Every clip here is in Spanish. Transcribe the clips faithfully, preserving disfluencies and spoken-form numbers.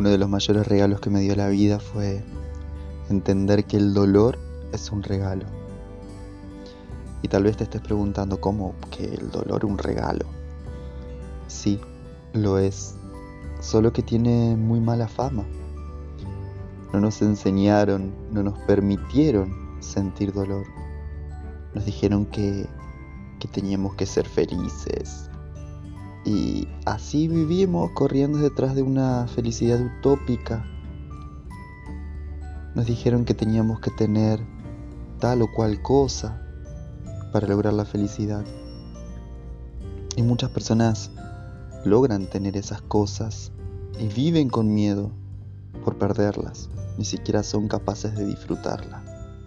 Uno de los mayores regalos que me dio la vida fue entender que el dolor es un regalo. Y tal vez te estés preguntando, ¿cómo que el dolor es un regalo? Sí, lo es, solo que tiene muy mala fama. No nos enseñaron, no nos permitieron sentir dolor. Nos dijeron que, que teníamos que ser felices. Y así vivimos corriendo detrás de una felicidad utópica. Nos dijeron que teníamos que tener tal o cual cosa para lograr la felicidad. Y muchas personas logran tener esas cosas y viven con miedo por perderlas. Ni siquiera son capaces de disfrutarla.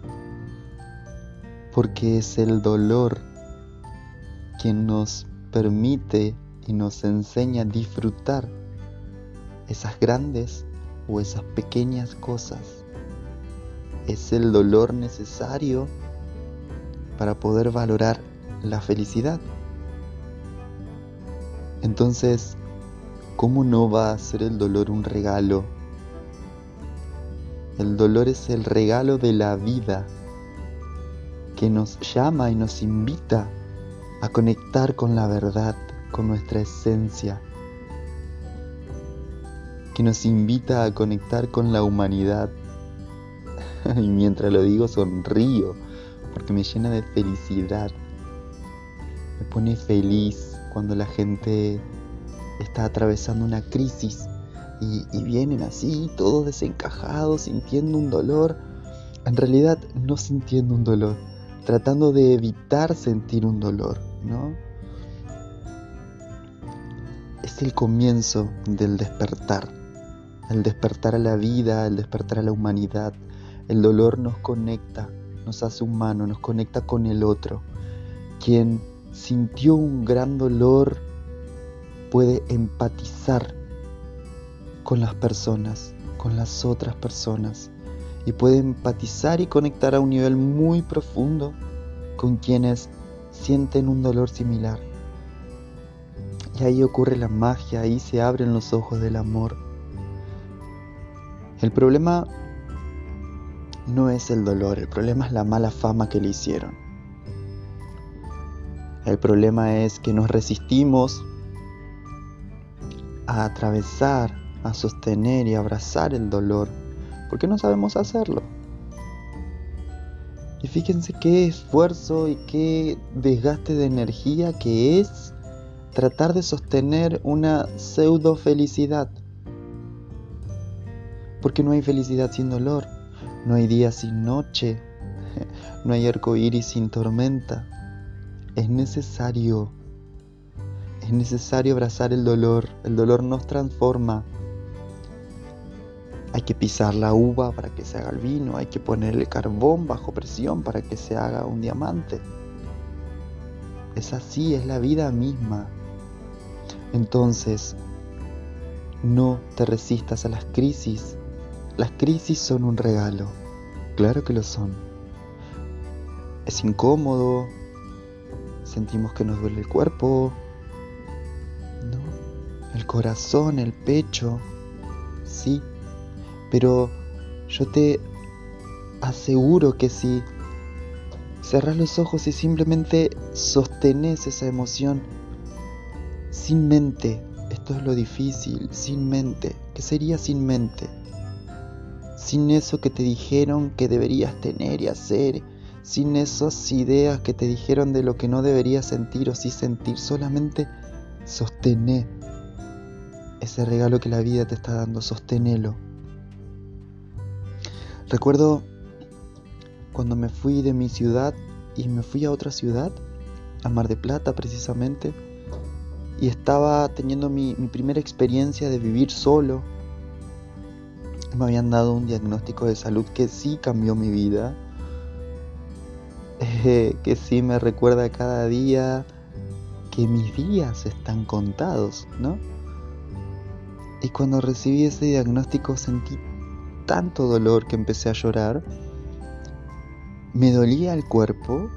Porque es el dolor quien nos permite y nos enseña a disfrutar esas grandes o esas pequeñas cosas. Es el dolor necesario para poder valorar la felicidad. Entonces, ¿cómo no va a ser el dolor un regalo? El dolor es el regalo de la vida que nos llama y nos invita a conectar con la verdad, con nuestra esencia, que nos invita a conectar con la humanidad. Y mientras lo digo sonrío, porque me llena de felicidad. Me pone feliz cuando la gente está atravesando una crisis y, y vienen así, todos desencajados, sintiendo un dolor. En realidad no sintiendo un dolor, tratando de evitar sentir un dolor, ¿no? Es el comienzo del despertar, el despertar a la vida, el despertar a la humanidad. El dolor nos conecta, nos hace humanos, nos conecta con el otro. Quien sintió un gran dolor puede empatizar con las personas, con las otras personas, y puede empatizar y conectar a un nivel muy profundo con quienes sienten un dolor similar. Y ahí ocurre la magia, ahí se abren los ojos del amor. El problema no es el dolor, el problema es la mala fama que le hicieron. El problema es que nos resistimos a atravesar, a sostener y abrazar el dolor, porque no sabemos hacerlo. Y fíjense qué esfuerzo y qué desgaste de energía que es tratar de sostener una pseudo felicidad. Porque no hay felicidad sin dolor, no hay día sin noche, no hay arco iris sin tormenta. Es necesario, es necesario abrazar el dolor. El dolor nos transforma. Hay que pisar la uva para que se haga el vino, hay que poner el carbón bajo presión para que se haga un diamante. Es así, es la vida misma. Entonces, no te resistas a las crisis. Las crisis son un regalo, claro que lo son. Es incómodo, sentimos que nos duele el cuerpo, ¿no? El corazón, el pecho, sí. Pero yo te aseguro que si cerrás los ojos y simplemente sostenés esa emoción sin mente, esto es lo difícil, sin mente. ¿Qué sería sin mente? Sin eso que te dijeron que deberías tener y hacer, sin esas ideas que te dijeron de lo que no deberías sentir o sí sentir, solamente sostené ese regalo que la vida te está dando, sostenelo. Recuerdo cuando me fui de mi ciudad y me fui a otra ciudad, a Mar del Plata precisamente, y estaba teniendo mi, mi primera experiencia de vivir solo. Me habían dado un diagnóstico de salud que sí cambió mi vida, eh, que sí me recuerda cada día que mis días están contados, ¿no? Y cuando recibí ese diagnóstico sentí tanto dolor que empecé a llorar. Me dolía el cuerpo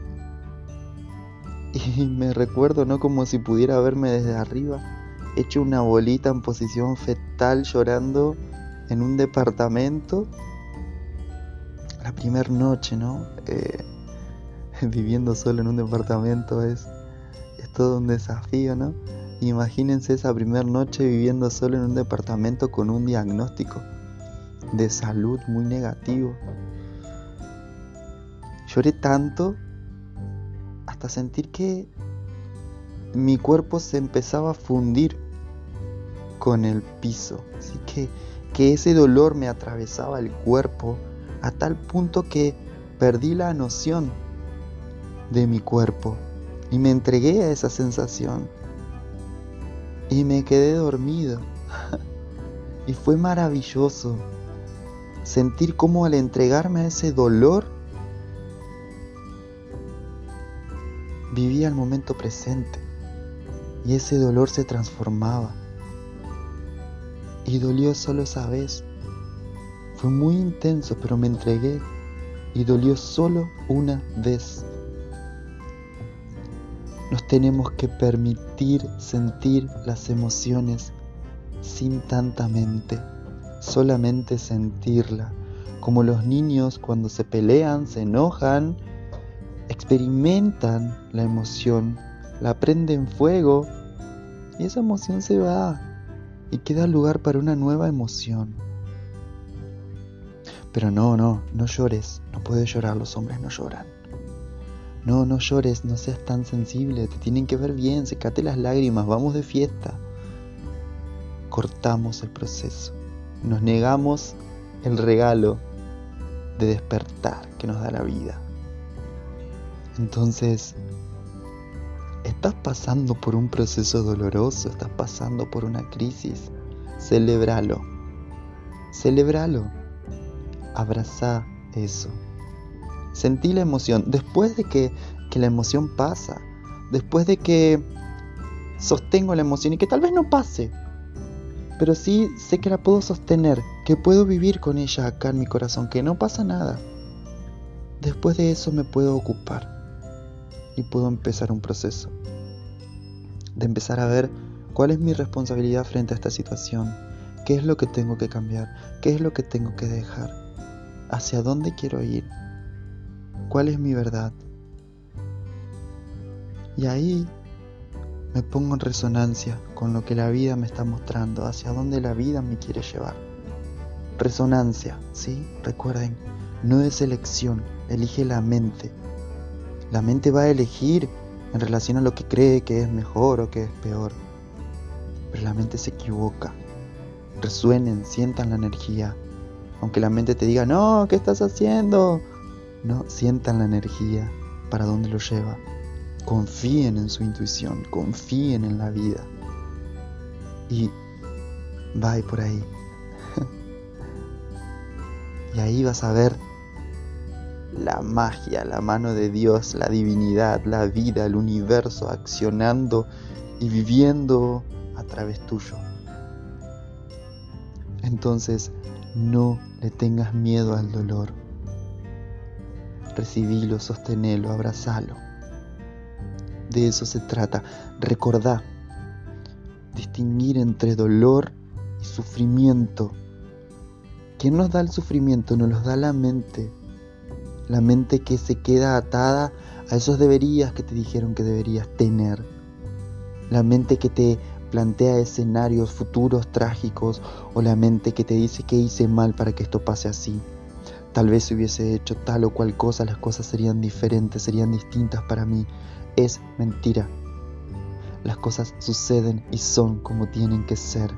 y me recuerdo, ¿no? Como si pudiera verme desde arriba, hecho una bolita en posición fetal llorando en un departamento, la primera noche, ¿no? Eh, viviendo solo en un departamento es, es todo un desafío, ¿no? Imagínense esa primera noche viviendo solo en un departamento con un diagnóstico de salud muy negativo. Lloré tanto hasta sentir que mi cuerpo se empezaba a fundir con el piso. Así que, que ese dolor me atravesaba el cuerpo a tal punto que perdí la noción de mi cuerpo y me entregué a esa sensación y me quedé dormido. Y fue maravilloso sentir cómo al entregarme a ese dolor vivía el momento presente y ese dolor se transformaba. Y dolió solo esa vez. Fue muy intenso, pero me entregué y dolió solo una vez. Nos tenemos que permitir sentir las emociones sin tanta mente, solamente sentirla. Como los niños cuando se pelean, se enojan, experimentan la emoción, la prenden fuego y esa emoción se va y queda lugar para una nueva emoción. Pero no, no, no llores, no puedes llorar, los hombres no lloran. No, no llores, no seas tan sensible, te tienen que ver bien, secate las lágrimas, vamos de fiesta. Cortamos el proceso, nos negamos el regalo de despertar que nos da la vida. Entonces, estás pasando por un proceso doloroso, estás pasando por una crisis, celébralo, celébralo, abrazá eso. Sentí la emoción, después de que, que la emoción pasa, después de que sostengo la emoción y que tal vez no pase, pero sí sé que la puedo sostener, que puedo vivir con ella acá en mi corazón, que no pasa nada. Después de eso me puedo ocupar y puedo empezar un proceso de empezar a ver cuál es mi responsabilidad frente a esta situación, qué es lo que tengo que cambiar, qué es lo que tengo que dejar, hacia dónde quiero ir. ¿Cuál es mi verdad? Y ahí me pongo en resonancia con lo que la vida me está mostrando, hacia dónde la vida me quiere llevar. Resonancia, ¿sí? Recuerden, no es elección, elige la mente. La mente va a elegir en relación a lo que cree que es mejor o que es peor. Pero la mente se equivoca. Resuenen, sientan la energía. Aunque la mente te diga, no, ¿qué estás haciendo? No, sientan la energía, para dónde lo lleva. Confíen en su intuición, confíen en la vida. Y va por ahí. Y ahí vas a ver la magia, la mano de Dios, la divinidad, la vida, el universo accionando y viviendo a través tuyo. Entonces, no le tengas miedo al dolor. Recibilo, sostenelo, abrazalo. De eso se trata. Recordá distinguir entre dolor y sufrimiento. ¿Quién nos da el sufrimiento? Nos los da la mente. La mente que se queda atada a esos deberías que te dijeron que deberías tener. La mente que te plantea escenarios futuros trágicos, o la mente que te dice que hice mal para que esto pase así. Tal vez si hubiese hecho tal o cual cosa, las cosas serían diferentes, serían distintas para mí. Es mentira. Las cosas suceden y son como tienen que ser.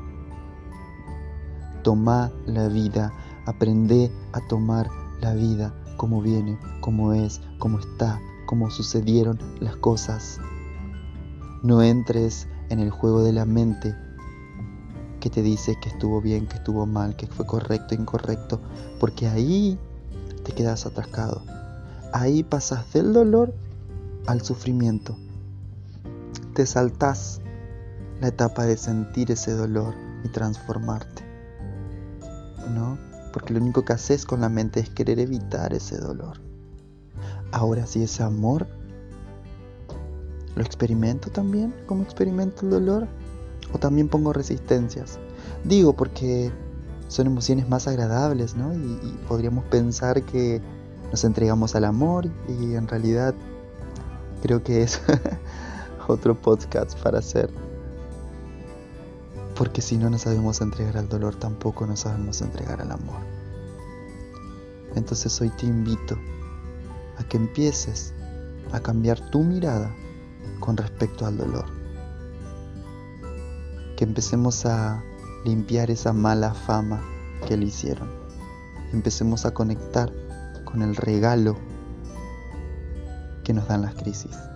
Tomá la vida, aprende a tomar la vida como viene, como es, como está, como sucedieron las cosas. No entres en el juego de la mente que te dice que estuvo bien, que estuvo mal, que fue correcto, incorrecto, porque ahí te quedas atascado. Ahí pasas del dolor al sufrimiento. Te saltás la etapa de sentir ese dolor y transformarte, ¿no? Porque lo único que haces con la mente es querer evitar ese dolor. Ahora, si ese amor lo experimento también, como experimento el dolor, o también pongo resistencias. Digo porque son emociones más agradables, ¿no? Y, y podríamos pensar que nos entregamos al amor y en realidad creo que es otro podcast para hacer. Porque si no nos sabemos entregar al dolor, tampoco nos sabemos entregar al amor. Entonces hoy te invito a que empieces a cambiar tu mirada con respecto al dolor. Que empecemos a limpiar esa mala fama que le hicieron. Empecemos a conectar con el regalo que nos dan las crisis.